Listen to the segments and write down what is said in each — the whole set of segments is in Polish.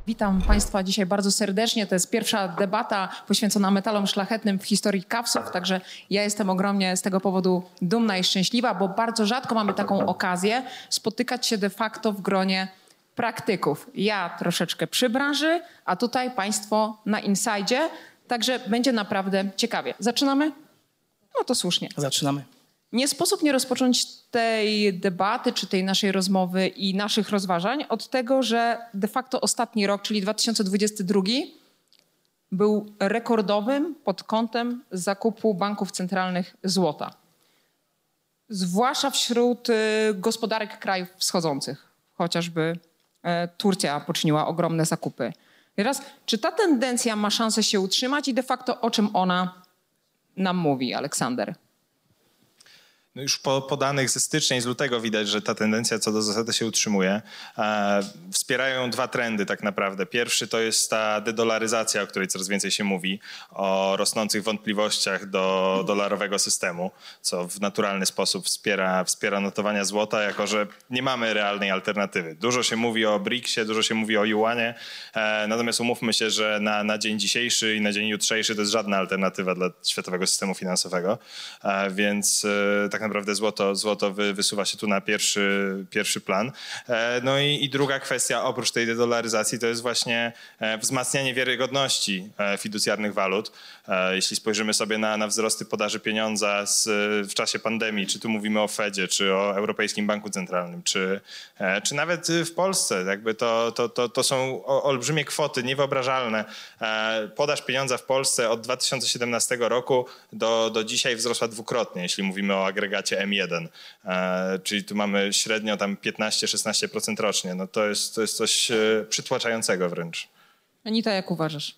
Witam Państwa dzisiaj bardzo serdecznie. To jest pierwsza debata poświęcona metalom szlachetnym w historii KAWS-ów, także ja jestem ogromnie z tego powodu dumna i szczęśliwa, bo bardzo rzadko mamy taką okazję spotykać się de facto w gronie praktyków. Ja troszeczkę przy branży, a tutaj Państwo na insajdzie, także będzie naprawdę ciekawie. Zaczynamy? No to słusznie. Zaczynamy. Nie sposób nie rozpocząć tej debaty, czy tej naszej rozmowy i naszych rozważań od tego, że de facto ostatni rok, czyli 2022, był rekordowym pod kątem zakupu banków centralnych złota. Zwłaszcza wśród gospodarek krajów wschodzących. Chociażby Turcja poczyniła ogromne zakupy. Teraz, czy ta tendencja ma szansę się utrzymać i de facto o czym ona nam mówi, Aleksander? No już po danych ze stycznia i z lutego widać, że ta tendencja co do zasady się utrzymuje. Wspierają dwa trendy tak naprawdę. Pierwszy to jest ta dedolaryzacja, o której coraz więcej się mówi, o rosnących wątpliwościach do dolarowego systemu, co w naturalny sposób wspiera notowania złota, jako że nie mamy realnej alternatywy. Dużo się mówi o BRICS-ie, dużo się mówi o juanie, natomiast umówmy się, że na dzień dzisiejszy i na dzień jutrzejszy to jest żadna alternatywa dla światowego systemu finansowego, więc tak naprawdę złoto wysuwa się tu na pierwszy plan. No i druga kwestia, oprócz tej dedolaryzacji, to jest właśnie wzmacnianie wiarygodności fiducjarnych walut. Jeśli spojrzymy sobie na wzrosty podaży pieniądza w czasie pandemii, czy tu mówimy o Fedzie, czy o Europejskim Banku Centralnym, czy nawet w Polsce, jakby to są olbrzymie kwoty, niewyobrażalne. Podaż pieniądza w Polsce od 2017 roku do dzisiaj wzrosła dwukrotnie, jeśli mówimy o agregacie M1, czyli tu mamy średnio tam 15-16% rocznie. No to jest coś przytłaczającego wręcz. Anita, jak uważasz?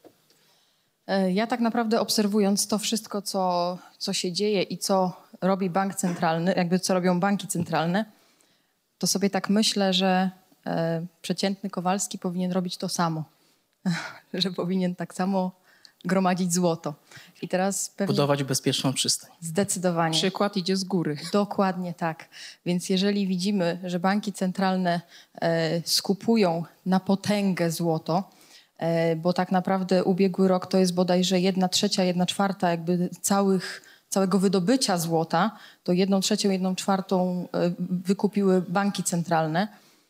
Ja tak naprawdę obserwując to wszystko, co się dzieje i co robi bank centralny, jakby co robią banki centralne, to sobie tak myślę, że przeciętny Kowalski powinien robić to samo. Że powinien tak samo gromadzić złoto. I teraz pewnie... Budować bezpieczną przystań. Zdecydowanie. Przykład idzie z góry. Dokładnie tak. Więc jeżeli widzimy, że banki centralne skupują na potęgę złoto, bo tak naprawdę ubiegły rok to jest bodajże 1/3, 1/4 jakby całego wydobycia złota, to 1/3, 1/4 wykupiły banki centralne,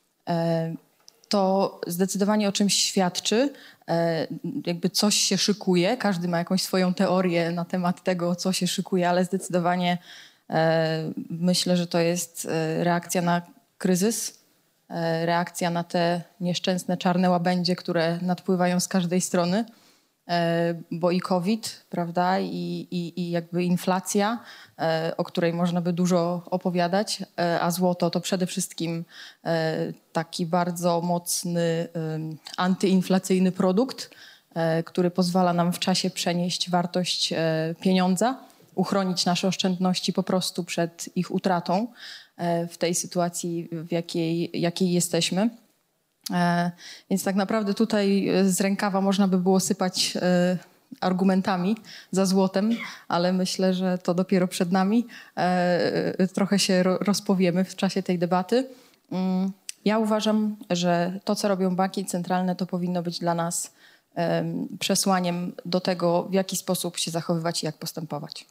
to zdecydowanie o czymś świadczy, jakby coś się szykuje, każdy ma jakąś swoją teorię na temat tego, co się szykuje, ale zdecydowanie myślę, że to jest reakcja na kryzys, reakcja na te nieszczęsne czarne łabędzie, które nadpływają z każdej strony, bo i COVID, prawda, i jakby inflacja, o której można by dużo opowiadać, a złoto to przede wszystkim taki bardzo mocny antyinflacyjny produkt, który pozwala nam w czasie przenieść wartość pieniądza, uchronić nasze oszczędności po prostu przed ich utratą w tej sytuacji, w jakiej jesteśmy. Więc tak naprawdę tutaj z rękawa można by było sypać argumentami za złotem, ale myślę, że to dopiero przed nami. Trochę się rozpowiemy w czasie tej debaty. Ja uważam, że to, co robią banki centralne, to powinno być dla nas przesłaniem do tego, w jaki sposób się zachowywać i jak postępować.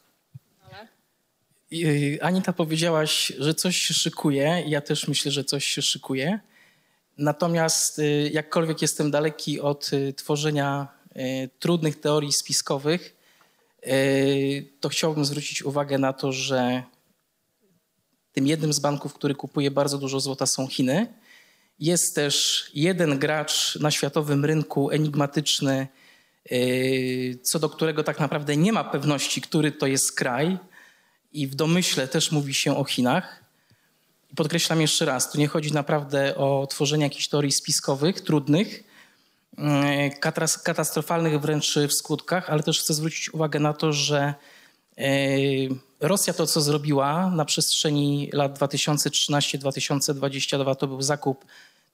Anita, powiedziałaś, że coś się szykuje. Ja też myślę, że coś się szykuje. Natomiast jakkolwiek jestem daleki od tworzenia trudnych teorii spiskowych, to chciałbym zwrócić uwagę na to, że tym jednym z banków, który kupuje bardzo dużo złota, są Chiny. Jest też jeden gracz na światowym rynku enigmatyczny, co do którego tak naprawdę nie ma pewności, który to jest kraj. I w domyśle też mówi się o Chinach. I podkreślam jeszcze raz, tu nie chodzi naprawdę o tworzenie jakichś teorii spiskowych, trudnych, katastrofalnych wręcz w skutkach, ale też chcę zwrócić uwagę na to, że Rosja to, co zrobiła na przestrzeni lat 2013-2022, to był zakup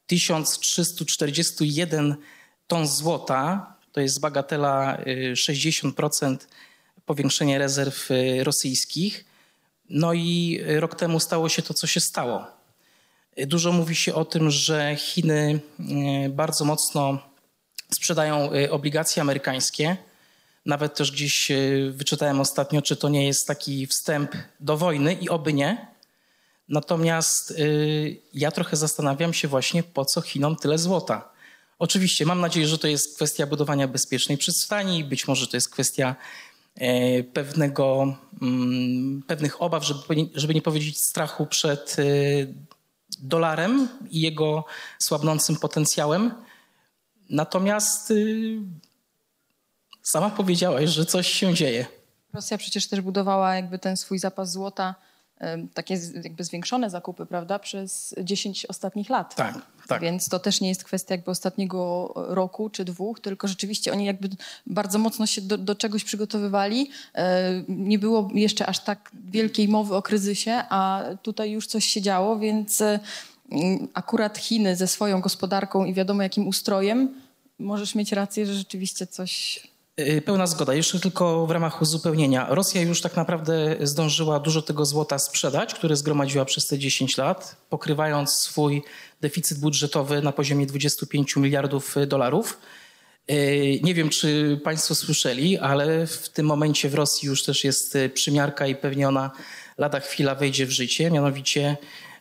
1341 ton złota, to jest bagatela 60% powiększenia rezerw rosyjskich. No i rok temu stało się to, co się stało. Dużo mówi się o tym, że Chiny bardzo mocno sprzedają obligacje amerykańskie. Nawet też gdzieś wyczytałem ostatnio, czy to nie jest taki wstęp do wojny i oby nie. Natomiast ja trochę zastanawiam się właśnie, po co Chinom tyle złota. Oczywiście mam nadzieję, że to jest kwestia budowania bezpiecznej przystani, być może to jest kwestia pewnych obaw, żeby nie powiedzieć strachu przed dolarem i jego słabnącym potencjałem. Natomiast sama powiedziałaś, że coś się dzieje. Rosja przecież też budowała jakby ten swój zapas złota, takie jakby zwiększone zakupy, prawda, przez 10 ostatnich lat. Tak. Więc to też nie jest kwestia jakby ostatniego roku czy 2, tylko rzeczywiście oni jakby bardzo mocno się do czegoś przygotowywali. Nie było jeszcze aż tak wielkiej mowy o kryzysie, a tutaj już coś się działo, więc akurat Chiny ze swoją gospodarką i wiadomo jakim ustrojem, możesz mieć rację, że rzeczywiście coś... Pełna zgoda. Jeszcze tylko w ramach uzupełnienia. Rosja już tak naprawdę zdążyła dużo tego złota sprzedać, które zgromadziła przez te 10 lat, pokrywając swój deficyt budżetowy na poziomie 25 miliardów dolarów. Nie wiem, czy państwo słyszeli, ale w tym momencie w Rosji już też jest przymiarka i pewnie ona lada chwila wejdzie w życie. Mianowicie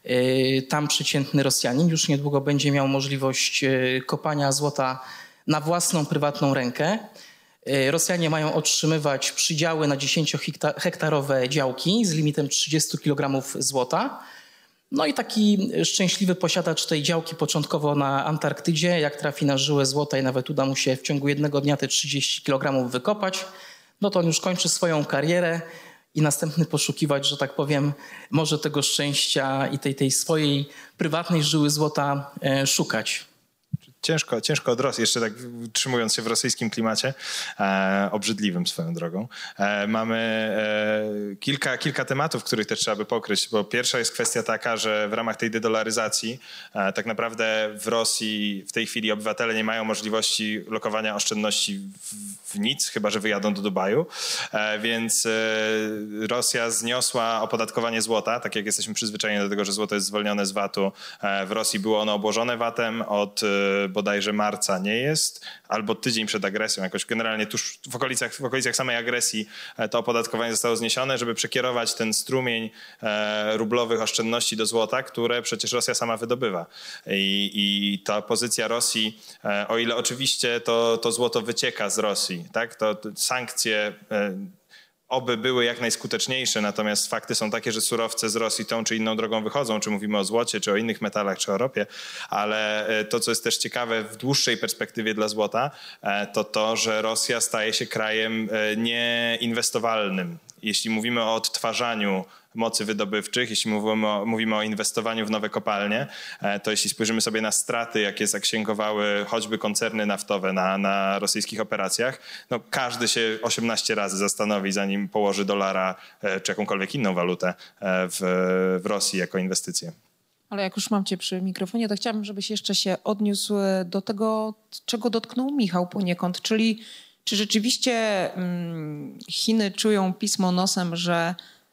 tam przeciętny Rosjanin już niedługo będzie miał możliwość kopania złota na własną, prywatną rękę. Rosjanie mają otrzymywać przydziały na 10-hektarowe działki z limitem 30 kg złota. No i taki szczęśliwy posiadacz tej działki początkowo na Antarktydzie, jak trafi na żyłę złota i nawet uda mu się w ciągu jednego dnia te 30 kg wykopać, no to on już kończy swoją karierę i następny poszukiwać, że tak powiem, może tego szczęścia i tej swojej prywatnej żyły złota szukać. Ciężko od Rosji, jeszcze tak utrzymując się w rosyjskim klimacie, obrzydliwym swoją drogą. Mamy kilka tematów, których też trzeba by pokryć, bo pierwsza jest kwestia taka, że w ramach tej dedolaryzacji tak naprawdę w Rosji w tej chwili obywatele nie mają możliwości lokowania oszczędności w nic, chyba że wyjadą do Dubaju, więc Rosja zniosła opodatkowanie złota, tak jak jesteśmy przyzwyczajeni do tego, że złoto jest zwolnione z VAT-u. W Rosji było ono obłożone VAT-em, od bodajże marca nie jest, albo tydzień przed agresją, jakoś generalnie tuż w okolicach samej agresji to opodatkowanie zostało zniesione, żeby przekierować ten strumień rublowych oszczędności do złota, które przecież Rosja sama wydobywa. I ta pozycja Rosji, o ile oczywiście to złoto wycieka z Rosji, tak, to sankcje oby były jak najskuteczniejsze, natomiast fakty są takie, że surowce z Rosji tą czy inną drogą wychodzą, czy mówimy o złocie, czy o innych metalach, czy o ropie, ale to, co jest też ciekawe w dłuższej perspektywie dla złota, to, że Rosja staje się krajem nieinwestowalnym. Jeśli mówimy o odtwarzaniu mocy wydobywczych, jeśli mówimy o inwestowaniu w nowe kopalnie, to jeśli spojrzymy sobie na straty, jakie zaksięgowały choćby koncerny naftowe na rosyjskich operacjach, no każdy się 18 razy zastanowi, zanim położy dolara czy jakąkolwiek inną walutę w Rosji jako inwestycję. Ale jak już mam cię przy mikrofonie, to chciałabym, żebyś jeszcze się odniósł do tego, czego dotknął Michał poniekąd, czyli czy rzeczywiście Chiny czują pismo nosem, że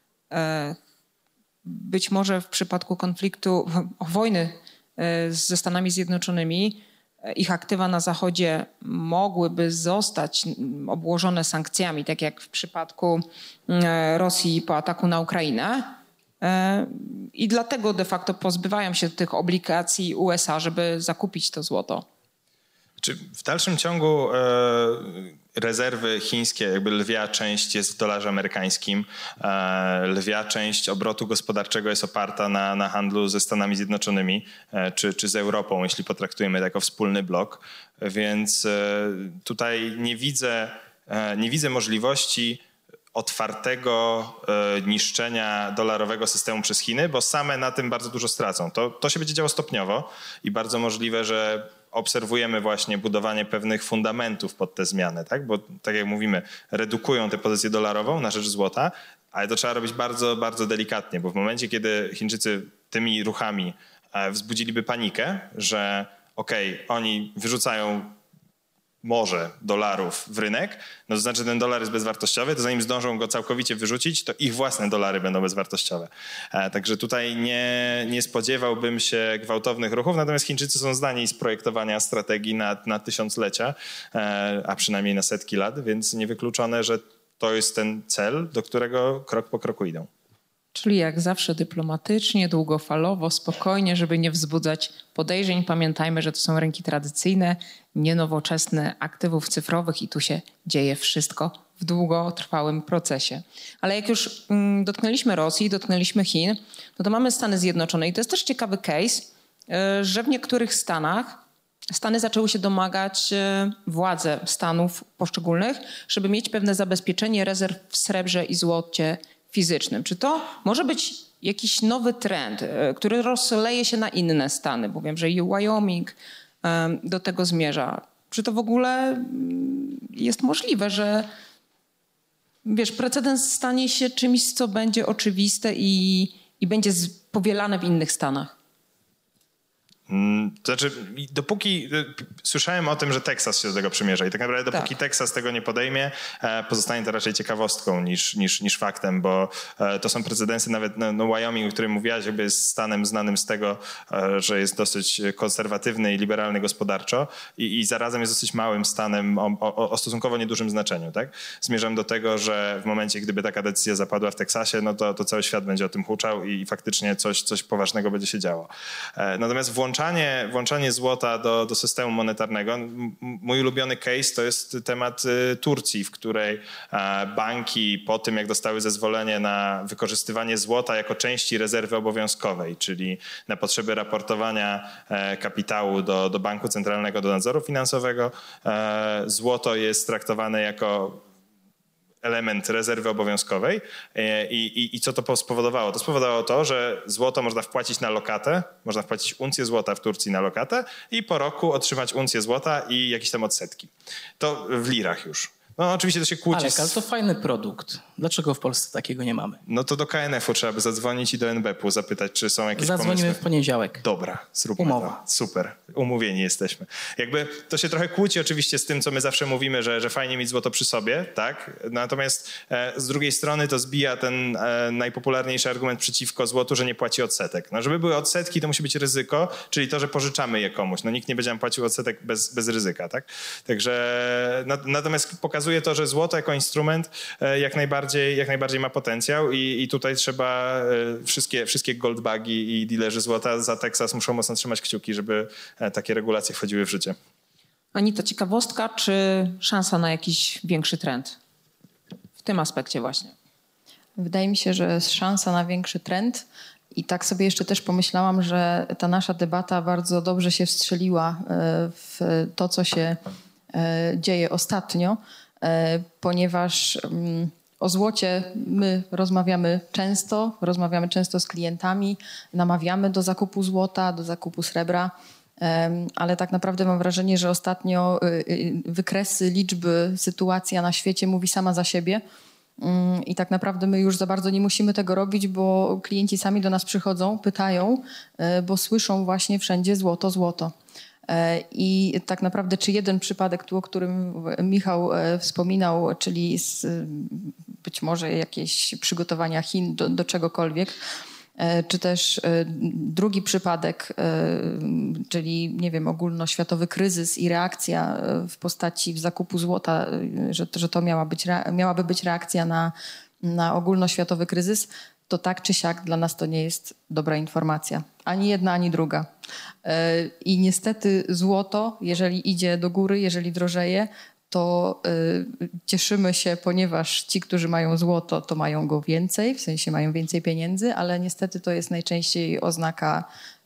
być może w przypadku konfliktu, wojny ze Stanami Zjednoczonymi, ich aktywa na Zachodzie mogłyby zostać obłożone sankcjami, tak jak w przypadku Rosji po ataku na Ukrainę. I dlatego de facto pozbywają się tych obligacji USA, żeby zakupić to złoto. W dalszym ciągu rezerwy chińskie, jakby lwia część jest w dolarze amerykańskim, lwia część obrotu gospodarczego jest oparta na handlu ze Stanami Zjednoczonymi czy z Europą, jeśli potraktujemy to jako wspólny blok. Więc tutaj nie widzę możliwości otwartego niszczenia dolarowego systemu przez Chiny, bo same na tym bardzo dużo stracą. To się będzie działo stopniowo i bardzo możliwe, że obserwujemy właśnie budowanie pewnych fundamentów pod te zmiany, tak? Bo tak jak mówimy, redukują tę pozycję dolarową na rzecz złota, ale to trzeba robić bardzo, bardzo delikatnie, bo w momencie, kiedy Chińczycy tymi ruchami wzbudziliby panikę, że oni wyrzucają może dolarów w rynek, no to znaczy ten dolar jest bezwartościowy, to zanim zdążą go całkowicie wyrzucić, to ich własne dolary będą bezwartościowe. Także tutaj nie spodziewałbym się gwałtownych ruchów, natomiast Chińczycy są znani z projektowania strategii na tysiąclecia, a przynajmniej na setki lat, więc niewykluczone, że to jest ten cel, do którego krok po kroku idą. Czyli jak zawsze dyplomatycznie, długofalowo, spokojnie, żeby nie wzbudzać podejrzeń. Pamiętajmy, że to są rynki tradycyjne, nienowoczesne, aktywów cyfrowych i tu się dzieje wszystko w długotrwałym procesie. Ale jak już dotknęliśmy Rosji, dotknęliśmy Chin, no to mamy Stany Zjednoczone i to jest też ciekawy case, że w niektórych stanach Stany zaczęły się domagać, władze stanów poszczególnych, żeby mieć pewne zabezpieczenie rezerw w srebrze i złocie fizycznym. Czy to może być jakiś nowy trend, który rozleje się na inne stany? Bo wiem, że i Wyoming do tego zmierza. Czy to w ogóle jest możliwe, że precedens stanie się czymś, co będzie oczywiste i będzie powielane w innych stanach? To znaczy, dopóki słyszałem o tym, że Teksas się do tego przymierza i tak naprawdę dopóki Teksas tego nie podejmie, pozostanie to raczej ciekawostką niż faktem, bo to są precedensy, nawet Wyoming, o którym mówiłaś, jakby jest stanem znanym z tego, że jest dosyć konserwatywny i liberalny gospodarczo i zarazem jest dosyć małym stanem o stosunkowo niedużym znaczeniu. Tak? Zmierzam do tego, że w momencie, gdyby taka decyzja zapadła w Teksasie, no to cały świat będzie o tym huczał i faktycznie coś poważnego będzie się działo. Natomiast włączanie złota do systemu monetarnego, mój ulubiony case to jest temat Turcji, w której banki po tym, jak dostały zezwolenie na wykorzystywanie złota jako części rezerwy obowiązkowej, czyli na potrzeby raportowania kapitału do Banku Centralnego, do nadzoru finansowego, złoto jest traktowane jako element rezerwy obowiązkowej i co to spowodowało? To spowodowało to, że złoto można wpłacić na lokatę, można wpłacić uncję złota w Turcji na lokatę i po roku otrzymać uncję złota i jakieś tam odsetki. To w lirach już. No oczywiście to się kłóci. Ale to fajny produkt. Dlaczego w Polsce takiego nie mamy? No to do KNF-u trzeba by zadzwonić i do NBP-u zapytać, czy są jakieś pomysły. Zadzwonimy w poniedziałek. Dobra, zróbmy Umowa. to. Super, umówieni jesteśmy. Jakby to się trochę kłóci oczywiście z tym, co my zawsze mówimy, że fajnie mieć złoto przy sobie, tak? Natomiast z drugiej strony to zbija ten najpopularniejszy argument przeciwko złotu, że nie płaci odsetek. No żeby były odsetki, to musi być ryzyko, czyli to, że pożyczamy je komuś. No nikt nie będzie nam płacił odsetek bez ryzyka, tak? Także natomiast pokazuje to, że złoto jako instrument jak najbardziej ma potencjał i tutaj trzeba wszystkie goldbagi i dealerzy złota za Teksas muszą mocno trzymać kciuki, żeby takie regulacje wchodziły w życie. Anita, ciekawostka czy szansa na jakiś większy trend w tym aspekcie właśnie? Wydaje mi się, że jest szansa na większy trend i tak sobie jeszcze też pomyślałam, że ta nasza debata bardzo dobrze się wstrzeliła w to, co się dzieje ostatnio, ponieważ o złocie my rozmawiamy często z klientami, namawiamy do zakupu złota, do zakupu srebra, ale tak naprawdę mam wrażenie, że ostatnio wykresy, liczby, sytuacja na świecie mówi sama za siebie i tak naprawdę my już za bardzo nie musimy tego robić, bo klienci sami do nas przychodzą, pytają, bo słyszą właśnie wszędzie złoto, złoto. I tak naprawdę czy jeden przypadek, o którym Michał wspominał, czyli być może jakieś przygotowania Chin do czegokolwiek, czy też drugi przypadek, czyli nie wiem, ogólnoświatowy kryzys i reakcja w postaci zakupu złota, że to miałaby być reakcja na ogólnoświatowy kryzys, to tak czy siak dla nas to nie jest dobra informacja. Ani jedna, ani druga. I niestety złoto, jeżeli idzie do góry, jeżeli drożeje, to cieszymy się, ponieważ ci, którzy mają złoto, to mają go więcej, w sensie mają więcej pieniędzy, ale niestety to jest najczęściej oznaka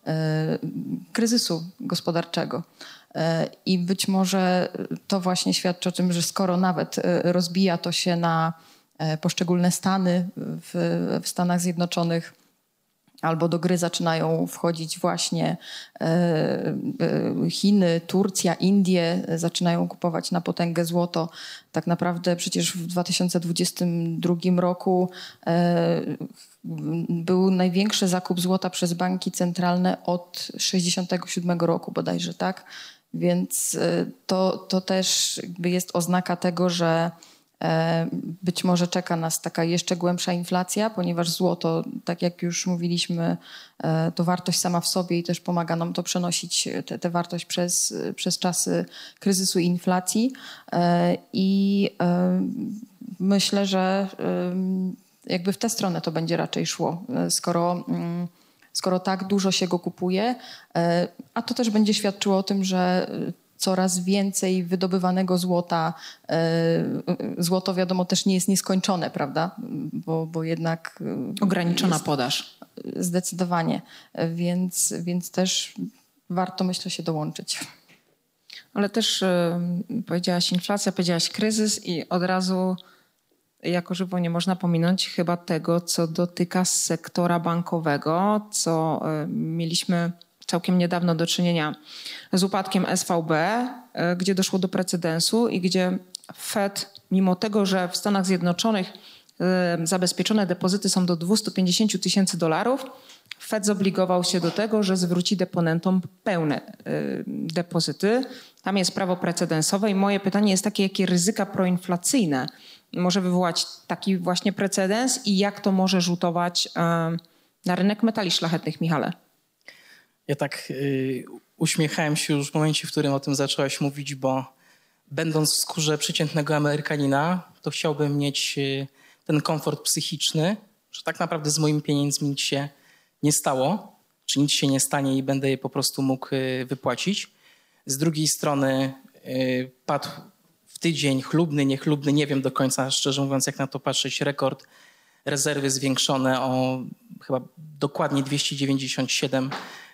kryzysu gospodarczego. I być może to właśnie świadczy o tym, że skoro nawet rozbija to się na poszczególne stany w Stanach Zjednoczonych, albo do gry zaczynają wchodzić właśnie Chiny, Turcja, Indie, zaczynają kupować na potęgę złoto. Tak naprawdę przecież w 2022 roku był największy zakup złota przez banki centralne od 1967 roku bodajże, tak? Więc to też jakby jest oznaka tego, że być może czeka nas taka jeszcze głębsza inflacja, ponieważ złoto, tak jak już mówiliśmy, to wartość sama w sobie i też pomaga nam to przenosić tę wartość przez czasy kryzysu i inflacji. I myślę, że jakby w tę stronę to będzie raczej szło, skoro tak dużo się go kupuje, a to też będzie świadczyło o tym, że coraz więcej wydobywanego złota. Złoto wiadomo też nie jest nieskończone, prawda? Bo jednak... Ograniczona podaż. Zdecydowanie. Więc też warto, myślę, się dołączyć. Ale też powiedziałaś inflacja, powiedziałaś kryzys i od razu jako żywo nie można pominąć chyba tego, co dotyka sektora bankowego, co mieliśmy całkiem niedawno do czynienia z upadkiem SVB, gdzie doszło do precedensu i gdzie Fed, mimo tego, że w Stanach Zjednoczonych zabezpieczone depozyty są do $250,000, Fed zobligował się do tego, że zwróci deponentom pełne depozyty. Tam jest prawo precedensowe i moje pytanie jest takie, jakie ryzyka proinflacyjne może wywołać taki właśnie precedens i jak to może rzutować na rynek metali szlachetnych, Michale? Ja tak uśmiechałem się już w momencie, w którym o tym zaczęłaś mówić, bo będąc w skórze przeciętnego Amerykanina, to chciałbym mieć ten komfort psychiczny, że tak naprawdę z moimi pieniędzmi nic się nie stało, czy nic się nie stanie i będę je po prostu mógł wypłacić. Z drugiej strony padł w tydzień chlubny, niechlubny, nie wiem do końca, szczerze mówiąc, jak na to patrzeć, rekord rezerwy zwiększone o chyba dokładnie 297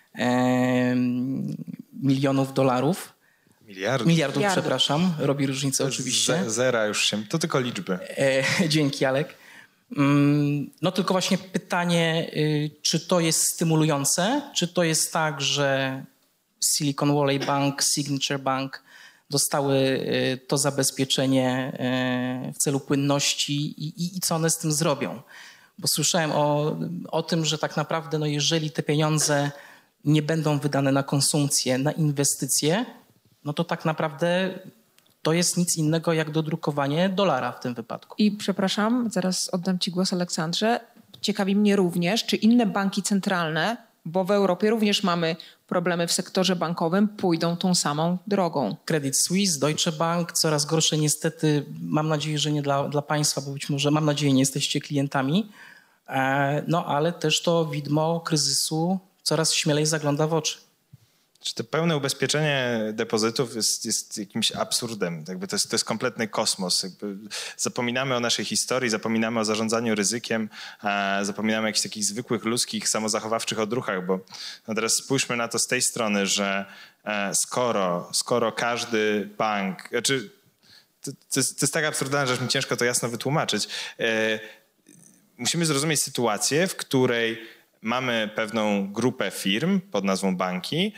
milionów dolarów. Miliardów, przepraszam. Robi różnicę oczywiście. Zera już się, to tylko liczby. Dzięki, Alek. No tylko właśnie pytanie, czy to jest stymulujące, czy to jest tak, że Silicon Valley Bank, Signature Bank dostały to zabezpieczenie w celu płynności i co one z tym zrobią? Bo słyszałem o tym, że tak naprawdę no jeżeli te pieniądze nie będą wydane na konsumpcję, na inwestycje, no to tak naprawdę to jest nic innego jak dodrukowanie dolara w tym wypadku. I przepraszam, zaraz oddam ci głos, Aleksandrze. Ciekawi mnie również, czy inne banki centralne, bo w Europie również mamy problemy w sektorze bankowym, pójdą tą samą drogą. Credit Suisse, Deutsche Bank, coraz gorsze niestety, mam nadzieję, że nie dla państwa, bo być może, mam nadzieję, nie jesteście klientami, no ale też to widmo kryzysu coraz śmielej zagląda w oczy. Czy to pełne ubezpieczenie depozytów jest jakimś absurdem? Jakby to jest kompletny kosmos. Jakby zapominamy o naszej historii, zapominamy o zarządzaniu ryzykiem, zapominamy o jakichś takich zwykłych, ludzkich, samozachowawczych odruchach, bo no teraz spójrzmy na to z tej strony, że skoro każdy bank, znaczy to jest tak absurdalne, że aż mi ciężko to jasno wytłumaczyć. Musimy zrozumieć sytuację, w której mamy pewną grupę firm pod nazwą banki,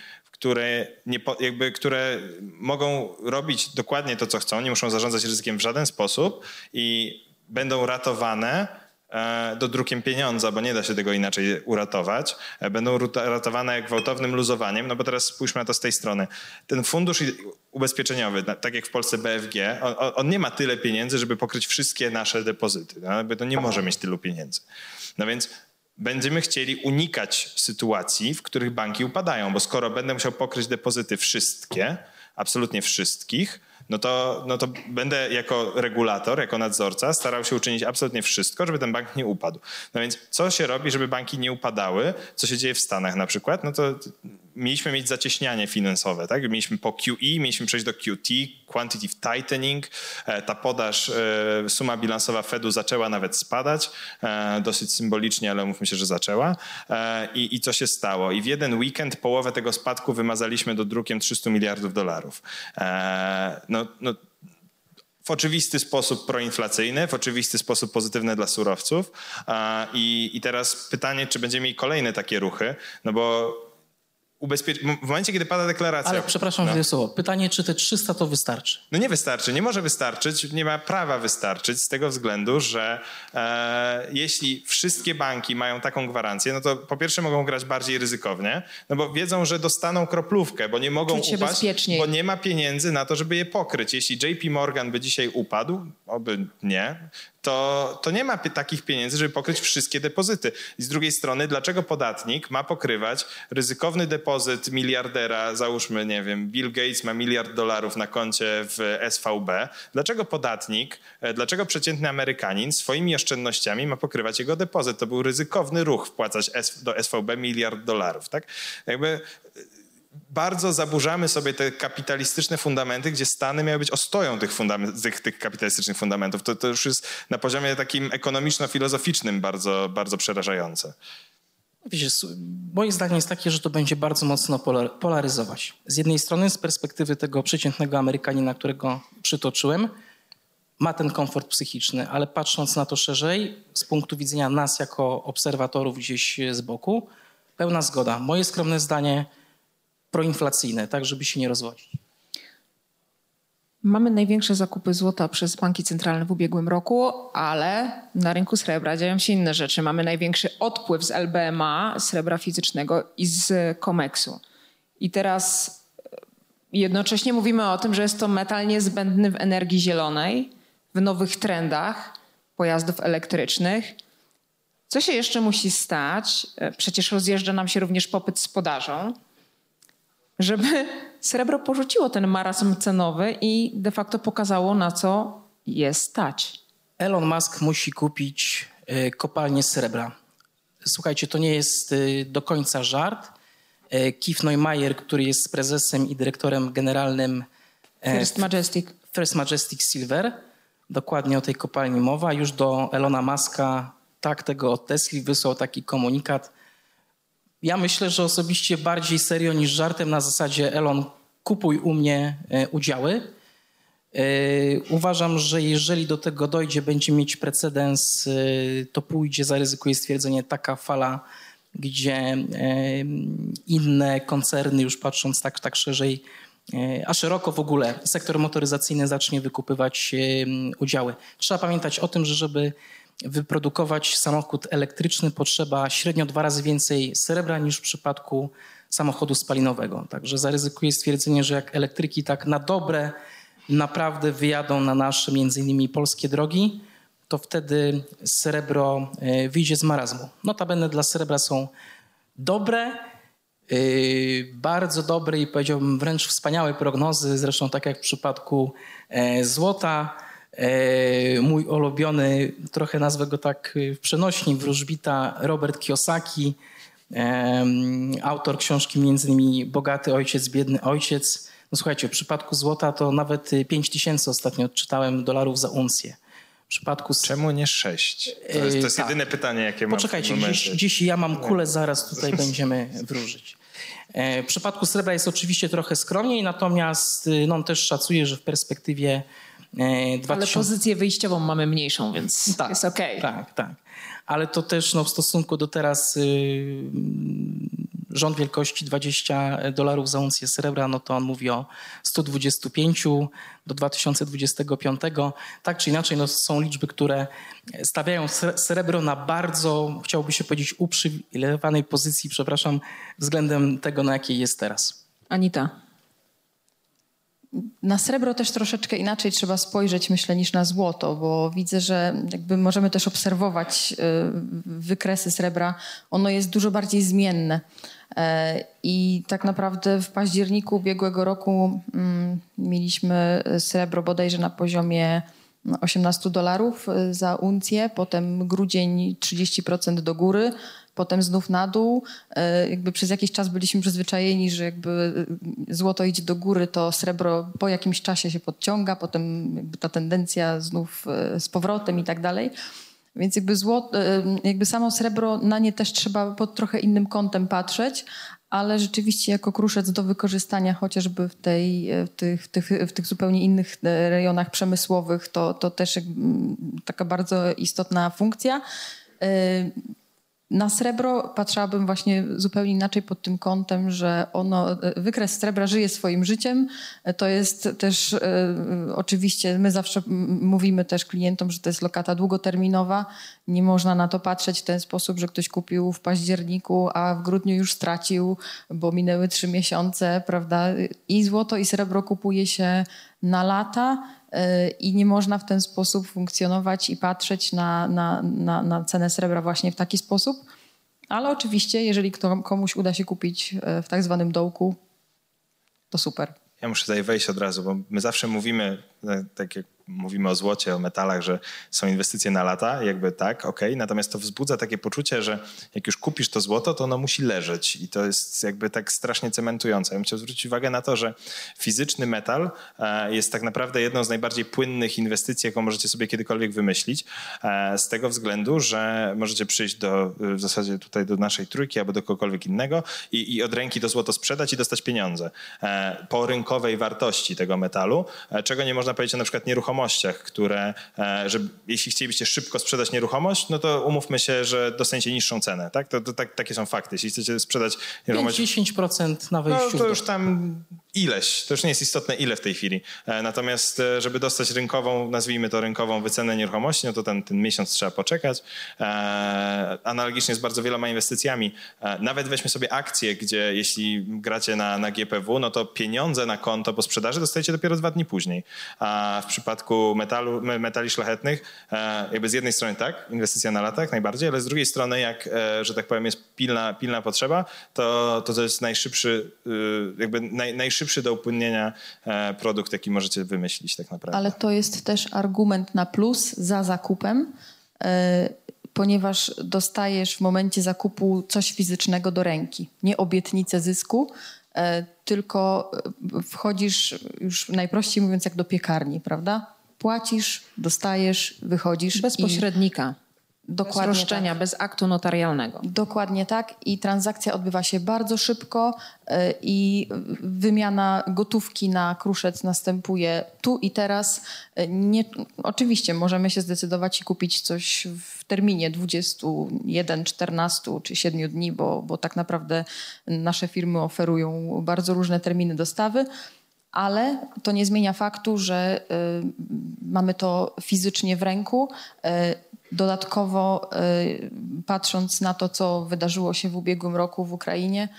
które mogą robić dokładnie to, co chcą, nie muszą zarządzać ryzykiem w żaden sposób i będą ratowane dodrukiem pieniądza, bo nie da się tego inaczej uratować. Będą ratowane gwałtownym luzowaniem, no bo teraz spójrzmy na to z tej strony. Ten fundusz ubezpieczeniowy, tak jak w Polsce BFG, on nie ma tyle pieniędzy, żeby pokryć wszystkie nasze depozyty. No, to nie może mieć tylu pieniędzy. No więc będziemy chcieli unikać sytuacji, w których banki upadają, bo skoro będę musiał pokryć depozyty wszystkie, absolutnie wszystkich, no to będę jako regulator, jako nadzorca starał się uczynić absolutnie wszystko, żeby ten bank nie upadł. No więc co się robi, żeby banki nie upadały? Co się dzieje w Stanach na przykład? No to mieliśmy mieć zacieśnianie finansowe, tak? Mieliśmy po QE, mieliśmy przejść do QT, quantitative tightening. Ta podaż, suma bilansowa Fedu zaczęła nawet spadać, dosyć symbolicznie, ale mówmy się, że zaczęła. I co się stało? I w jeden weekend połowę tego spadku wymazaliśmy dodrukiem $300 miliardów. W oczywisty sposób proinflacyjny, w oczywisty sposób pozytywny dla surowców. I teraz pytanie, czy będziemy mieli kolejne takie ruchy, no bo w momencie, kiedy pada deklaracja... Ale przepraszam, że słowo. Pytanie, czy te 300 to wystarczy? No nie wystarczy, nie może wystarczyć, nie ma prawa wystarczyć z tego względu, że jeśli wszystkie banki mają taką gwarancję, no to po pierwsze mogą grać bardziej ryzykownie, no bo wiedzą, że dostaną kroplówkę, bo nie mogą upaść, bo nie ma pieniędzy na to, żeby je pokryć. Jeśli JP Morgan by dzisiaj upadł, oby nie, to nie ma takich pieniędzy, żeby pokryć wszystkie depozyty. I z drugiej strony, dlaczego podatnik ma pokrywać ryzykowny depozyt miliardera, załóżmy, nie wiem, Bill Gates ma $1 miliard na koncie w SVB. Dlaczego przeciętny Amerykanin swoimi oszczędnościami ma pokrywać jego depozyt? To był ryzykowny ruch wpłacać do SVB $1 miliard, tak? Jakby bardzo zaburzamy sobie te kapitalistyczne fundamenty, gdzie Stany miały być ostoją tych kapitalistycznych fundamentów. To już jest na poziomie takim ekonomiczno-filozoficznym bardzo, bardzo przerażające. Wiecie, moje zdanie jest takie, że to będzie bardzo mocno polaryzować. Z jednej strony z perspektywy tego przeciętnego Amerykanina, którego przytoczyłem, ma ten komfort psychiczny, ale patrząc na to szerzej, z punktu widzenia nas jako obserwatorów gdzieś z boku, pełna zgoda. Moje skromne zdanie proinflacyjne, tak żeby się nie rozwodzić. Mamy największe zakupy złota przez banki centralne w ubiegłym roku, ale na rynku srebra dzieją się inne rzeczy. Mamy największy odpływ z LBMA, srebra fizycznego i z COMEX-u. I teraz jednocześnie mówimy o tym, że jest to metal niezbędny w energii zielonej, w nowych trendach pojazdów elektrycznych. Co się jeszcze musi stać? Przecież rozjeżdża nam się również popyt z podażą, żeby srebro porzuciło ten marazm cenowy i de facto pokazało, na co je stać. Elon Musk musi kupić kopalnię srebra. Słuchajcie, to nie jest do końca żart. Keith Neumayer, który jest prezesem i dyrektorem generalnym First Majestic Silver, dokładnie o tej kopalni mowa, już do Elona Muska, tak tego od Tesli, wysłał taki komunikat. Ja myślę, że osobiście bardziej serio niż żartem na zasadzie Elon, kupuj u mnie udziały. Uważam, że jeżeli do tego dojdzie, będzie mieć precedens, to pójdzie, zaryzykuje stwierdzenie, taka fala, gdzie inne koncerny, już patrząc tak szerzej, a szeroko w ogóle, sektor motoryzacyjny zacznie wykupywać udziały. Trzeba pamiętać o tym, że żeby wyprodukować samochód elektryczny potrzeba średnio 2 razy więcej srebra niż w przypadku samochodu spalinowego. Także zaryzykuję stwierdzenie, że jak elektryki tak na dobre naprawdę wyjadą na nasze między innymi polskie drogi, to wtedy srebro wyjdzie z marazmu. Notabene dla srebra są dobre, bardzo dobre i powiedziałbym wręcz wspaniałe prognozy, zresztą tak jak w przypadku złota. Mój ulubiony, trochę nazwę go tak w przenośni, wróżbita Robert Kiyosaki, autor książki między innymi Bogaty ojciec, biedny ojciec. No słuchajcie, w przypadku złota to nawet 5000 ostatnio odczytałem dolarów za uncję. W przypadku... Czemu nie 6? To jest tak. Jedyne pytanie, jakie mam. Poczekajcie, gdzieś ja mam kulę, zaraz tutaj będziemy wróżyć. W przypadku srebra jest oczywiście trochę skromniej, natomiast on też szacuje, że w perspektywie 2000... Ale pozycję wyjściową mamy mniejszą, więc tak, jest okej. Tak. Ale to też w stosunku do teraz rząd wielkości $20 za uncję srebra, no to on mówi o 125 do 2025. Tak czy inaczej, są liczby, które stawiają srebro na bardzo, chciałoby się powiedzieć, uprzywilejowanej pozycji, względem tego, na jakiej jest teraz. Anita. Na srebro też troszeczkę inaczej trzeba spojrzeć, myślę, niż na złoto, bo widzę, że jakby możemy też obserwować wykresy srebra. Ono jest dużo bardziej zmienne. I tak naprawdę w październiku ubiegłego roku mieliśmy srebro bodajże na poziomie $18 za uncję, potem grudzień 30% do góry, potem znów na dół. Jakby przez jakiś czas byliśmy przyzwyczajeni, że jakby złoto idzie do góry, to srebro po jakimś czasie się podciąga, potem jakby ta tendencja znów z powrotem i tak dalej. Więc jakby samo srebro, na nie też trzeba pod trochę innym kątem patrzeć, ale rzeczywiście jako kruszec do wykorzystania chociażby w tych zupełnie innych rejonach przemysłowych, to też taka bardzo istotna funkcja. Na srebro patrzyłabym właśnie zupełnie inaczej pod tym kątem, że wykres srebra żyje swoim życiem. To jest też oczywiście, my zawsze mówimy też klientom, że to jest lokata długoterminowa. Nie można na to patrzeć w ten sposób, że ktoś kupił w październiku, a w grudniu już stracił, bo minęły 3 miesiące, prawda? I złoto i srebro kupuje się na lata i nie można w ten sposób funkcjonować i patrzeć na cenę srebra właśnie w taki sposób. Ale oczywiście, jeżeli komuś uda się kupić w tak zwanym dołku, to super. Ja muszę tutaj wejść od razu, bo my zawsze mówimy, tak jak mówimy o złocie, o metalach, że są inwestycje na lata, jakby tak, okej. Natomiast to wzbudza takie poczucie, że jak już kupisz to złoto, to ono musi leżeć i to jest jakby tak strasznie cementujące. Ja bym chciał zwrócić uwagę na to, że fizyczny metal jest tak naprawdę jedną z najbardziej płynnych inwestycji, jaką możecie sobie kiedykolwiek wymyślić, z tego względu, że możecie przyjść w zasadzie tutaj do naszej trójki albo do kogokolwiek innego i od ręki to złoto sprzedać i dostać pieniądze po rynkowej wartości tego metalu, czego nie można powiedzieć o na przykład nieruchomościach, które, że jeśli chcielibyście szybko sprzedać nieruchomość, no to umówmy się, że dostaniecie niższą cenę. Tak? Takie są fakty. Jeśli chcecie sprzedać nieruchomość... 5-10% na wejściu. No to już tam ileś. To już nie jest istotne ile w tej chwili. Natomiast żeby dostać rynkową, nazwijmy to rynkową wycenę nieruchomości, no to ten miesiąc trzeba poczekać. Analogicznie z bardzo wieloma inwestycjami. Nawet weźmy sobie akcje, gdzie jeśli gracie na GPW, no to pieniądze na konto po sprzedaży dostajecie dopiero 2 dni później. A w przypadku metali szlachetnych, jakby z jednej strony tak, inwestycja na latach najbardziej, ale z drugiej strony jak, że tak powiem, jest pilna potrzeba, to jest najszybszy, jakby najszybszy do upłynnienia produkt, jaki możecie wymyślić tak naprawdę. Ale to jest też argument na plus za zakupem, ponieważ dostajesz w momencie zakupu coś fizycznego do ręki. Nie obietnicę zysku, tylko wchodzisz już najprościej mówiąc jak do piekarni, prawda? Płacisz, dostajesz, wychodzisz. Bez pośrednika. Dokładnie bez roszczenia, tak. Bez aktu notarialnego. Dokładnie tak i transakcja odbywa się bardzo szybko i wymiana gotówki na kruszec następuje tu i teraz. Oczywiście możemy się zdecydować i kupić coś w terminie 21, 14 czy 7 dni, bo tak naprawdę nasze firmy oferują bardzo różne terminy dostawy. Ale to nie zmienia faktu, że mamy to fizycznie w ręku. Dodatkowo patrząc na to, co wydarzyło się w ubiegłym roku w Ukrainie,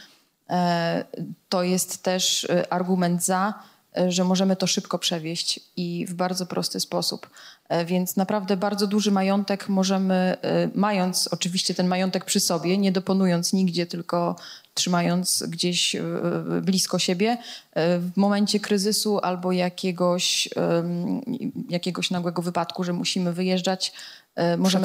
to jest też argument za, że możemy to szybko przewieźć i w bardzo prosty sposób. Więc naprawdę bardzo duży majątek możemy, mając oczywiście ten majątek przy sobie, nie deponując nigdzie, tylko trzymając gdzieś blisko siebie, w momencie kryzysu albo jakiegoś nagłego wypadku, że musimy wyjeżdżać, możemy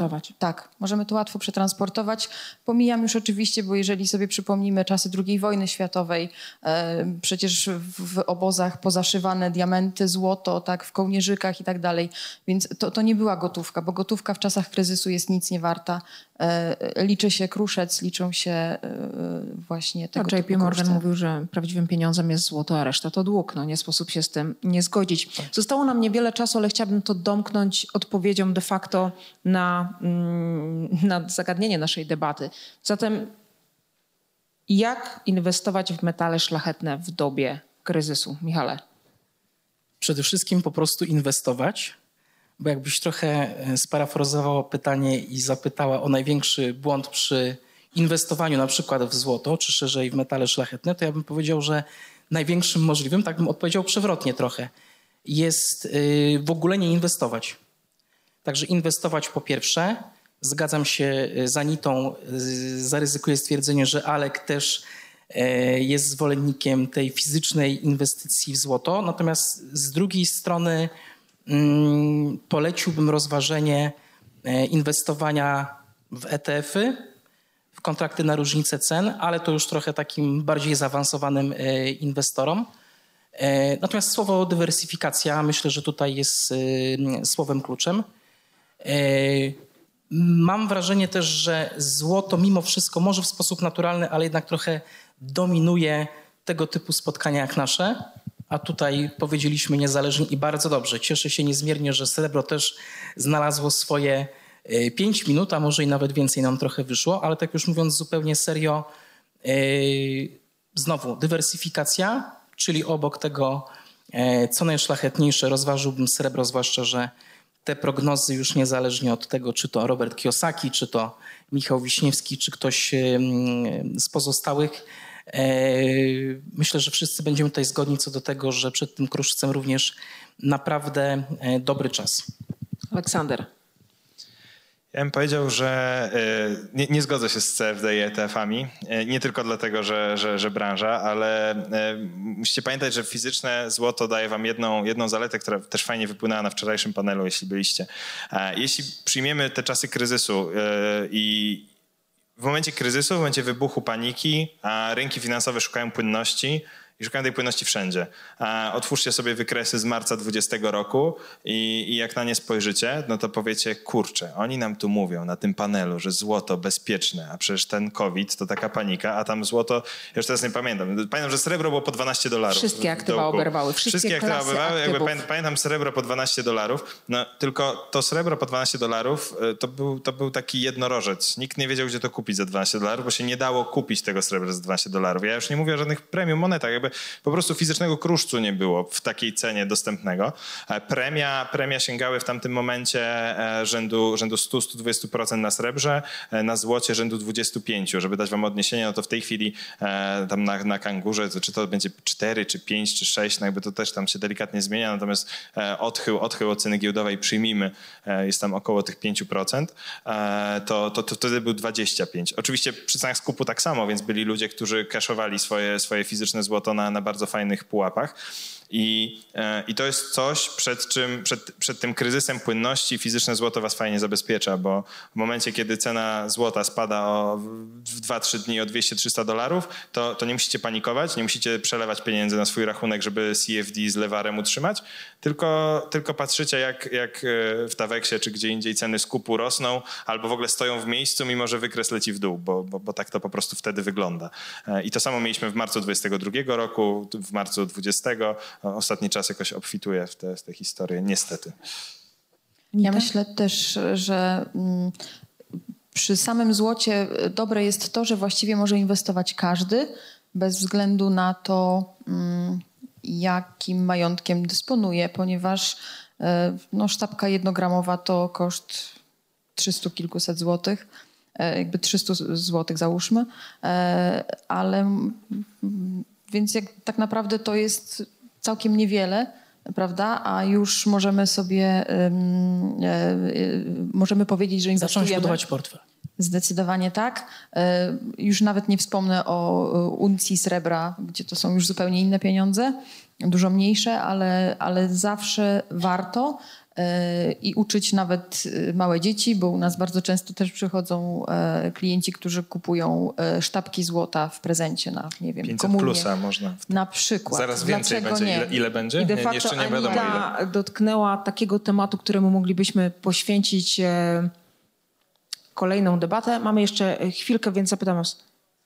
to łatwo przetransportować. Pomijam już oczywiście, bo jeżeli sobie przypomnimy czasy II wojny światowej, przecież w obozach pozaszywane diamenty, złoto, tak, w kołnierzykach i tak dalej. Więc to nie była gotówka, bo gotówka w czasach kryzysu jest nic nie warta. Liczy się kruszec, liczą się właśnie tego JP Morgan mówił, że prawdziwym pieniądzem jest złoto, a reszta to dług. No, nie sposób się z tym nie zgodzić. Zostało nam niewiele czasu, ale chciałabym to domknąć odpowiedzią de facto na zagadnienie naszej debaty. Zatem jak inwestować w metale szlachetne w dobie kryzysu? Michale? Przede wszystkim po prostu inwestować, bo jakbyś trochę sparafrazowała pytanie i zapytała o największy błąd przy inwestowaniu na przykład w złoto, czy szerzej w metale szlachetne, to ja bym powiedział, że największym możliwym, tak bym odpowiedział przewrotnie trochę, jest w ogóle nie inwestować. Także inwestować po pierwsze. Zgadzam się z Anitą, zaryzykuję stwierdzenie, że Alek też jest zwolennikiem tej fizycznej inwestycji w złoto. Natomiast z drugiej strony poleciłbym rozważenie inwestowania w ETF-y, w kontrakty na różnicę cen, ale to już trochę takim bardziej zaawansowanym inwestorom. Natomiast słowo dywersyfikacja myślę, że tutaj jest słowem kluczem. Mam wrażenie też, że złoto mimo wszystko może w sposób naturalny, ale jednak trochę dominuje tego typu spotkania jak nasze. A tutaj powiedzieliśmy niezależnie i bardzo dobrze. Cieszę się niezmiernie, że srebro też znalazło swoje 5 minut, a może i nawet więcej nam trochę wyszło, ale tak już mówiąc zupełnie serio, znowu dywersyfikacja, czyli obok tego co najszlachetniejsze rozważyłbym srebro, zwłaszcza, że te prognozy już niezależnie od tego, czy to Robert Kiyosaki, czy to Michał Wiśniewski, czy ktoś z pozostałych, myślę, że wszyscy będziemy tutaj zgodni co do tego, że przed tym kruszcem również naprawdę dobry czas. Aleksander. Ja bym powiedział, że nie zgodzę się z CFD i ETF-ami. Nie tylko dlatego, że branża, ale musicie pamiętać, że fizyczne złoto daje wam jedną zaletę, która też fajnie wypłynęła na wczorajszym panelu, jeśli byliście. Jeśli przyjmiemy te czasy kryzysu i w momencie kryzysu, w momencie wybuchu paniki, a rynki finansowe szukają płynności, i szukają tej płynności wszędzie. Otwórzcie sobie wykresy z marca 2020 roku i jak na nie spojrzycie, no to powiecie, kurczę, oni nam tu mówią na tym panelu, że złoto bezpieczne, a przecież ten COVID to taka panika, a tam złoto, ja już teraz nie pamiętam. Pamiętam, że srebro było po $12. Wszystkie aktywa oberwały. Wszystkie aktywa oberwały. Pamiętam srebro po $12. No tylko to srebro po $12 to był taki jednorożec. Nikt nie wiedział, gdzie to kupić za $12, bo się nie dało kupić tego srebra za $12. Ja już nie mówię o żadnych premium monetach, jakby po prostu fizycznego kruszcu nie było w takiej cenie dostępnego. Premia sięgały w tamtym momencie rzędu 100-120% na srebrze, na złocie rzędu 25%. Żeby dać wam odniesienie, no to w tej chwili tam na kangurze, czy to będzie 4, czy 5, czy 6, no jakby to też tam się delikatnie zmienia, natomiast odchył od ceny giełdowej przyjmijmy, jest tam około tych 5%, to wtedy był 25%. Oczywiście przy cenach skupu tak samo, więc byli ludzie, którzy cashowali swoje fizyczne złoto na bardzo fajnych pułapach. I to jest coś, przed tym kryzysem płynności fizyczne złoto was fajnie zabezpiecza, bo w momencie, kiedy cena złota spada w 2-3 dni o $200-300, to nie musicie panikować, nie musicie przelewać pieniędzy na swój rachunek, żeby CFD z lewarem utrzymać, tylko patrzycie jak w Taweksie czy gdzie indziej ceny skupu rosną albo w ogóle stoją w miejscu, mimo że wykres leci w dół, bo tak to po prostu wtedy wygląda. I to samo mieliśmy w marcu 2022 roku, w marcu 2020. Ostatni czas jakoś obfituje w te historie, niestety. Ja myślę też, że przy samym złocie dobre jest to, że właściwie może inwestować każdy, bez względu na to, jakim majątkiem dysponuje, ponieważ sztabka 1-gramowa to koszt 300 kilkuset złotych, jakby 300 złotych załóżmy, ale więc tak naprawdę to jest całkiem niewiele, prawda? A już możemy sobie możemy powiedzieć, że inwestujemy. Zacząć budować portfel. Zdecydowanie tak. Już nawet nie wspomnę o uncji srebra, gdzie to są już zupełnie inne pieniądze, dużo mniejsze, ale zawsze warto i uczyć nawet małe dzieci, bo u nas bardzo często też przychodzą klienci, którzy kupują sztabki złota w prezencie na, nie wiem, 500 komunię. plusa można. Na przykład. Zaraz więcej Dlaczego będzie. nie? Ile będzie? I de facto jeszcze nie wiadomo ile. dotknęła takiego tematu, któremu moglibyśmy poświęcić kolejną debatę. Mamy jeszcze chwilkę, więc zapytam was.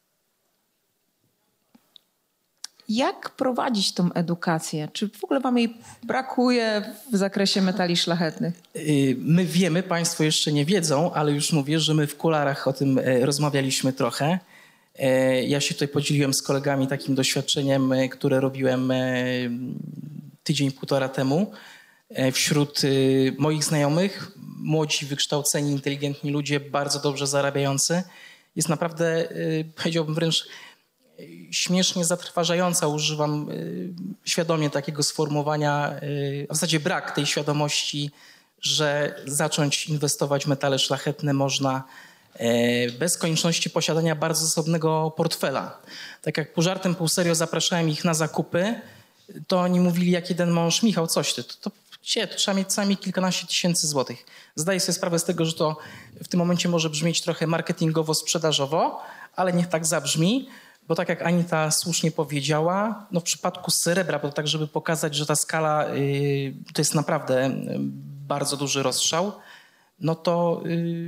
Jak prowadzić tą edukację? Czy w ogóle wam jej brakuje w zakresie metali szlachetnych? My wiemy, państwo jeszcze nie wiedzą, ale już mówię, że my w kularach o tym rozmawialiśmy trochę. Ja się tutaj podzieliłem z kolegami takim doświadczeniem, które robiłem tydzień, półtora temu. Wśród moich znajomych, młodzi, wykształceni, inteligentni ludzie, bardzo dobrze zarabiający, jest naprawdę, powiedziałbym wręcz, śmiesznie zatrważająca. Używam świadomie takiego sformułowania, a w zasadzie brak tej świadomości, że zacząć inwestować w metale szlachetne można bez konieczności posiadania bardzo zasobnego portfela. Tak jak pół żartem, pół serio zapraszałem ich na zakupy, to oni mówili jak jeden mąż: Michał, coś ty, to trzeba mieć sami kilkanaście tysięcy złotych. Zdaję sobie sprawę z tego, że to w tym momencie może brzmieć trochę marketingowo-sprzedażowo, ale niech tak zabrzmi, bo tak jak Anita słusznie powiedziała, no w przypadku srebra, bo tak, żeby pokazać, że ta skala to jest naprawdę bardzo duży rozstrzał, no to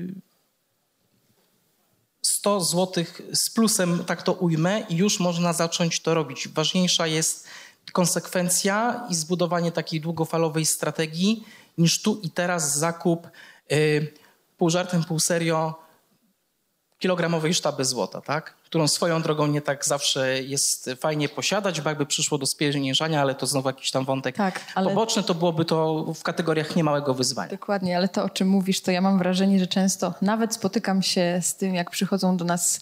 100 złotych z plusem, tak to ujmę, i już można zacząć to robić. Ważniejsza jest konsekwencja i zbudowanie takiej długofalowej strategii niż tu i teraz zakup pół żartem, pół serio, kilogramowej sztaby złota, tak? Którą swoją drogą nie tak zawsze jest fajnie posiadać, bo jakby przyszło do spieniężania, ale to znowu jakiś tam wątek poboczny, to byłoby to w kategoriach niemałego wyzwania. Dokładnie, ale to, o czym mówisz, to ja mam wrażenie, że często nawet spotykam się z tym, jak przychodzą do nas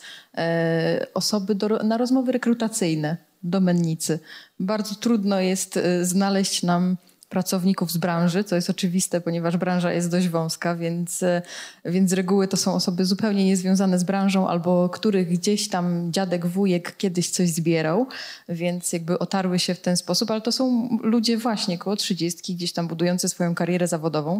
osoby na rozmowy rekrutacyjne do mennicy. Bardzo trudno jest znaleźć nam pracowników z branży, co jest oczywiste, ponieważ branża jest dość wąska, więc z reguły to są osoby zupełnie niezwiązane z branżą albo których gdzieś tam dziadek, wujek kiedyś coś zbierał, więc jakby otarły się w ten sposób, ale to są ludzie właśnie koło 30, gdzieś tam budujący swoją karierę zawodową.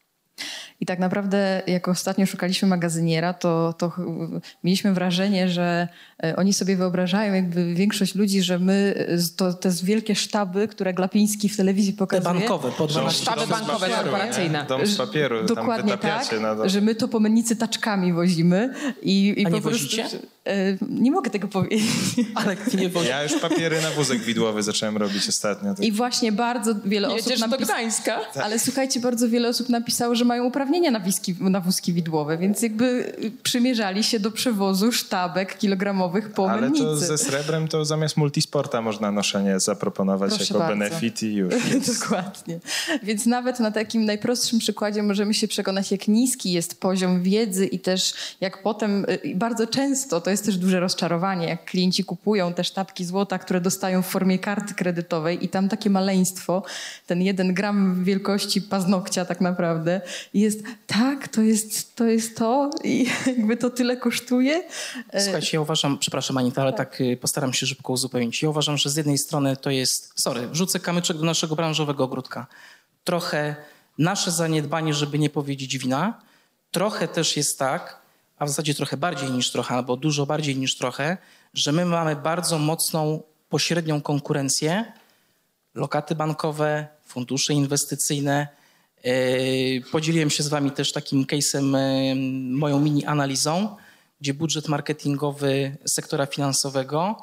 I tak naprawdę, jak ostatnio szukaliśmy magazyniera, to mieliśmy wrażenie, że oni sobie wyobrażają, jakby większość ludzi, że my, to te wielkie sztaby, które Glapiński w telewizji pokazuje. Te bankowe, po 12. Sztaby bankowe, korporacyjne. Dom z papieru, dokładnie tam tak, że my to po mennicy taczkami wozimy. A po nie prostu, wozicie? Nie mogę tego powiedzieć. Ale nie wozi. Ja już papiery na wózek widłowy zacząłem robić ostatnio. I właśnie bardzo wiele osób Jedziesz do Gdańska. Ale słuchajcie, bardzo wiele osób napisało, że mają uprawnienia na wózki widłowe, więc jakby przymierzali się do przewozu sztabek kilogramowych po Ale mennicy. to ze srebrem to zamiast multisporta można noszenie zaproponować Proszę jako bardzo. benefit i już. Dokładnie. Więc nawet na takim najprostszym przykładzie możemy się przekonać, jak niski jest poziom wiedzy i też jak potem, bardzo często, to jest też duże rozczarowanie, jak klienci kupują te sztabki złota, które dostają w formie karty kredytowej i tam takie maleństwo, ten 1 gram wielkości paznokcia tak naprawdę jest, tak, to jest to i jakby to tyle kosztuje. Słuchajcie, ja uważam, przepraszam Anita, ale tak postaram się szybko uzupełnić. Ja uważam, że z jednej strony to jest, wrzucę kamyczek do naszego branżowego ogródka. Trochę nasze zaniedbanie, żeby nie powiedzieć wina. Trochę też jest tak, a w zasadzie trochę bardziej niż trochę, albo dużo bardziej niż trochę, że my mamy bardzo mocną pośrednią konkurencję. Lokaty bankowe, fundusze inwestycyjne. Podzieliłem się z wami też takim case'em, moją mini analizą, gdzie budżet marketingowy sektora finansowego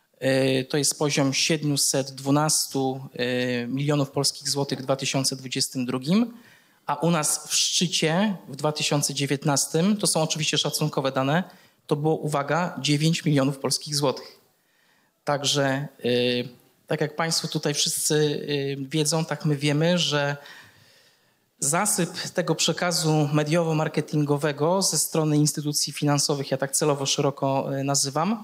to jest poziom 712 milionów polskich złotych w 2022, a u nas w szczycie w 2019, to są oczywiście szacunkowe dane, to było, uwaga, 9 milionów polskich złotych. Także tak jak państwo tutaj wszyscy wiedzą, tak my wiemy, że zasyp tego przekazu mediowo-marketingowego ze strony instytucji finansowych, ja tak celowo szeroko nazywam,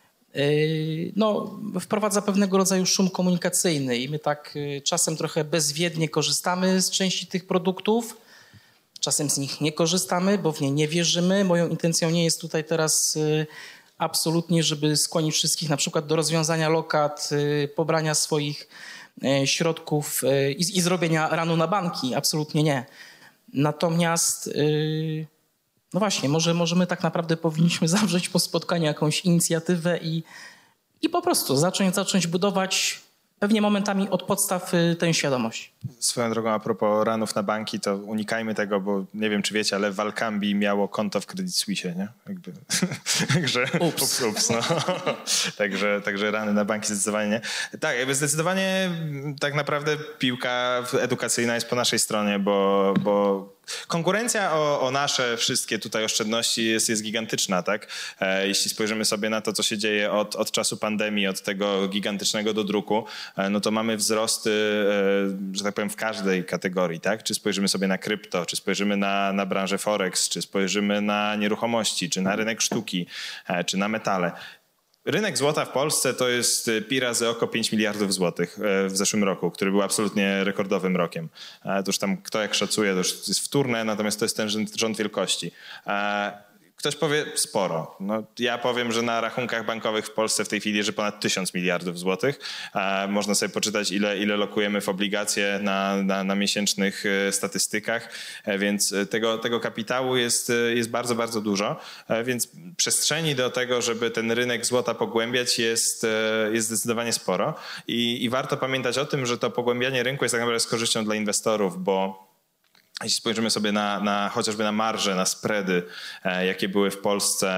wprowadza pewnego rodzaju szum komunikacyjny i my tak czasem trochę bezwiednie korzystamy z części tych produktów, czasem z nich nie korzystamy, bo w nie nie wierzymy. Moją intencją nie jest tutaj teraz absolutnie, żeby skłonić wszystkich na przykład do rozwiązania lokat, pobrania swoich środków i zrobienia ranu na banki. Absolutnie nie. Natomiast no właśnie, może my tak naprawdę powinniśmy zawrzeć po spotkaniu jakąś inicjatywę i po prostu zacząć budować pewnie momentami od podstaw tę świadomość. Swoją drogą, a propos ranów na banki, to unikajmy tego, bo nie wiem, czy wiecie, ale Valcambi miało konto w Credit Suisse, nie? Jakby. Także ups, no. Także rany na banki zdecydowanie nie. Tak, jakby zdecydowanie tak naprawdę piłka edukacyjna jest po naszej stronie, bo konkurencja o nasze wszystkie tutaj oszczędności jest gigantyczna, tak? Jeśli spojrzymy sobie na to, co się dzieje od czasu pandemii, od tego gigantycznego dodruku, no to mamy wzrosty, że tak powiem, w każdej kategorii, tak? Czy spojrzymy sobie na krypto, czy spojrzymy na branżę Forex, czy spojrzymy na nieruchomości, czy na rynek sztuki, czy na metale. Rynek złota w Polsce to jest pi razy oko 5 miliardów złotych w zeszłym roku, który był absolutnie rekordowym rokiem. To już tam kto jak szacuje, to już jest wtórne, natomiast to jest ten rząd wielkości. Ktoś powie sporo. No, ja powiem, że na rachunkach bankowych w Polsce w tej chwili leży ponad 1000 miliardów złotych. Można sobie poczytać, ile lokujemy w obligacje na miesięcznych statystykach, więc tego kapitału jest bardzo, bardzo dużo. Więc przestrzeni do tego, żeby ten rynek złota pogłębiać jest zdecydowanie sporo. I warto pamiętać o tym, że to pogłębianie rynku jest tak naprawdę z korzyścią dla inwestorów, bo jeśli spojrzymy sobie chociażby na marże, na spready, jakie były w Polsce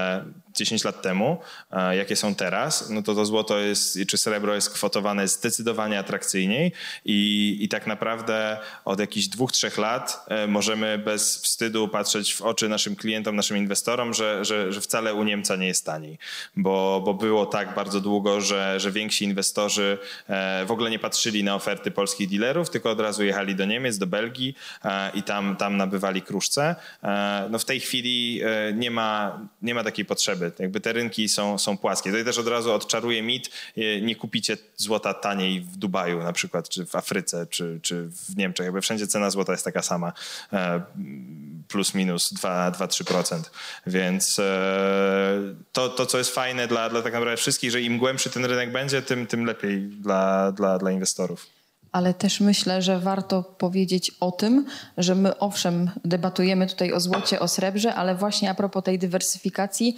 10 lat temu, jakie są teraz, no to złoto jest, czy srebro jest kwotowane zdecydowanie atrakcyjniej i tak naprawdę od jakichś 2-3 lat możemy bez wstydu patrzeć w oczy naszym klientom, naszym inwestorom, że wcale u Niemca nie jest taniej, bo było tak bardzo długo, że więksi inwestorzy w ogóle nie patrzyli na oferty polskich dealerów, tylko od razu jechali do Niemiec, do Belgii i tam nabywali kruszce. No w tej chwili nie ma takiej potrzeby. Jakby te rynki są płaskie. Tutaj też od razu odczaruję mit, nie kupicie złota taniej w Dubaju na przykład, czy w Afryce, czy w Niemczech. Jakby wszędzie cena złota jest taka sama, plus minus 2-3%. Więc to, co jest fajne dla tak naprawdę wszystkich, że im głębszy ten rynek będzie, tym lepiej dla inwestorów. Ale też myślę, że warto powiedzieć o tym, że my owszem debatujemy tutaj o złocie, o srebrze, ale właśnie a propos tej dywersyfikacji,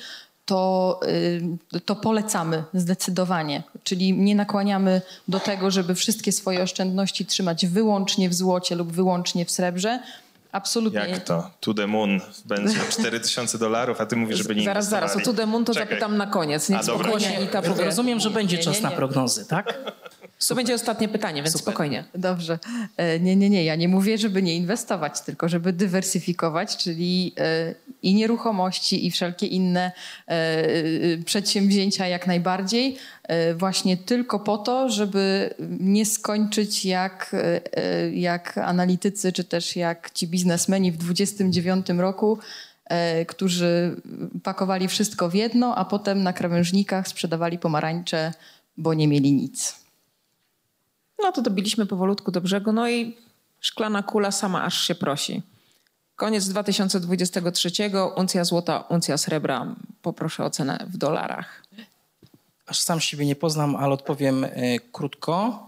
to polecamy zdecydowanie. Czyli nie nakłaniamy do tego, żeby wszystkie swoje oszczędności trzymać wyłącznie w złocie lub wyłącznie w srebrze. Absolutnie. Jak to? To the moon będzie $4000, a ty mówisz, żeby nie inwestowali. Zaraz, o to the moon to zapytam na koniec. Niech spokojnie Anita powie. Rozumiem, że będzie czas na prognozy, tak? To będzie ostatnie pytanie, więc spokojnie. Dobrze. Nie. Ja nie mówię, żeby nie inwestować, tylko żeby dywersyfikować, czyli i nieruchomości, i wszelkie inne przedsięwzięcia jak najbardziej. Właśnie tylko po to, żeby nie skończyć jak analitycy, czy też jak ci biznesmeni w 29 roku, którzy pakowali wszystko w jedno, a potem na krawężnikach sprzedawali pomarańcze, bo nie mieli nic. No to dobiliśmy powolutku do brzegu, no i szklana kula sama aż się prosi. Koniec 2023, uncja złota, uncja srebra. Poproszę o cenę w dolarach. Aż sam siebie nie poznam, ale odpowiem krótko.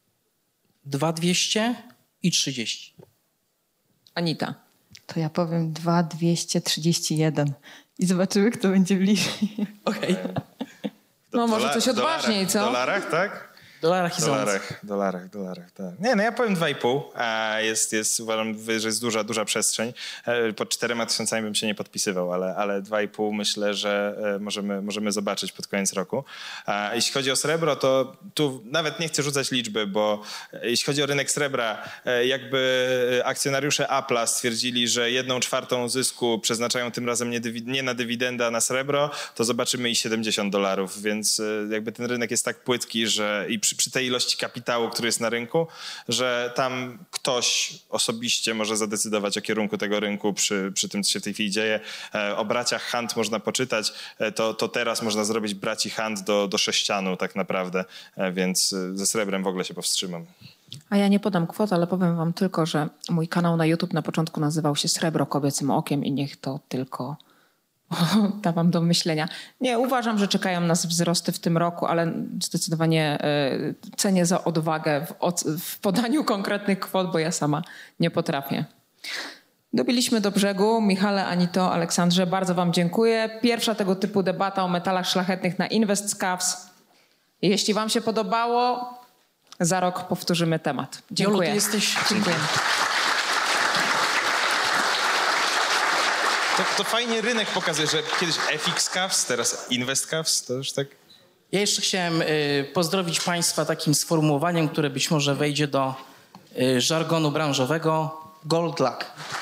2,200 i 30. Anita. To ja powiem 2,231 i zobaczymy, kto będzie bliżej. Okej. No może coś odważniej, co? W dolarach, tak? Dolarach i dolarach, tak. Nie, no ja powiem 2,5. Uważam, że jest duża przestrzeń. Pod 4000 bym się nie podpisywał, ale 2,5 myślę, że możemy zobaczyć pod koniec roku. Jeśli chodzi o srebro, to tu nawet nie chcę rzucać liczby, bo jeśli chodzi o rynek srebra, jakby akcjonariusze Apple'a stwierdzili, że 1/4 zysku przeznaczają tym razem nie na dywidendę, a na srebro, to zobaczymy i $70, więc jakby ten rynek jest tak płytki, że i przy tej ilości kapitału, który jest na rynku, że tam ktoś osobiście może zadecydować o kierunku tego rynku przy tym, co się w tej chwili dzieje. O braciach Hunt można poczytać, to teraz można zrobić braci Hunt do sześcianu tak naprawdę, więc ze srebrem w ogóle się powstrzymam. A ja nie podam kwot, ale powiem wam tylko, że mój kanał na YouTube na początku nazywał się Srebro kobiecym okiem i niech to tylko da wam do myślenia. Nie, uważam, że czekają nas wzrosty w tym roku, ale zdecydowanie cenię za odwagę w podaniu konkretnych kwot, bo ja sama nie potrafię. Dobiliśmy do brzegu. Michale, Anito, Aleksandrze, bardzo wam dziękuję. Pierwsza tego typu debata o metalach szlachetnych na InvestScavs. Jeśli wam się podobało, za rok powtórzymy temat. Dziękuję. Jolu, ty jesteś... Dziękuję. To fajnie rynek pokazuje, że kiedyś FX-Cavs, teraz InvestCavs, to już tak? Ja jeszcze chciałem pozdrowić państwa takim sformułowaniem, które być może wejdzie do żargonu branżowego. Gold luck.